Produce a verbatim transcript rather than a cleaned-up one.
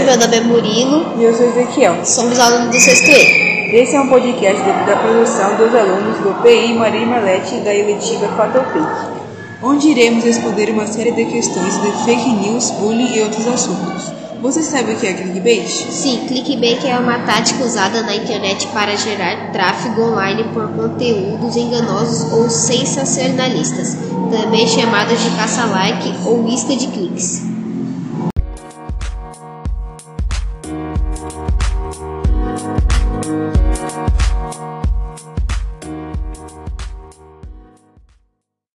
meu nome é Murilo. E eu sou Ezequiel. Somos alunos do sexto E. Esse é um podcast da produção dos alunos do P I Maria Marlete da eletiva Fatal Fake, onde iremos responder uma série de questões de fake news, bullying e outros assuntos. Você sabe o que é clickbait? Sim, clickbait é uma tática usada na internet para gerar tráfego online por conteúdos enganosos ou sensacionalistas, também chamados de caça-like ou lista de cliques.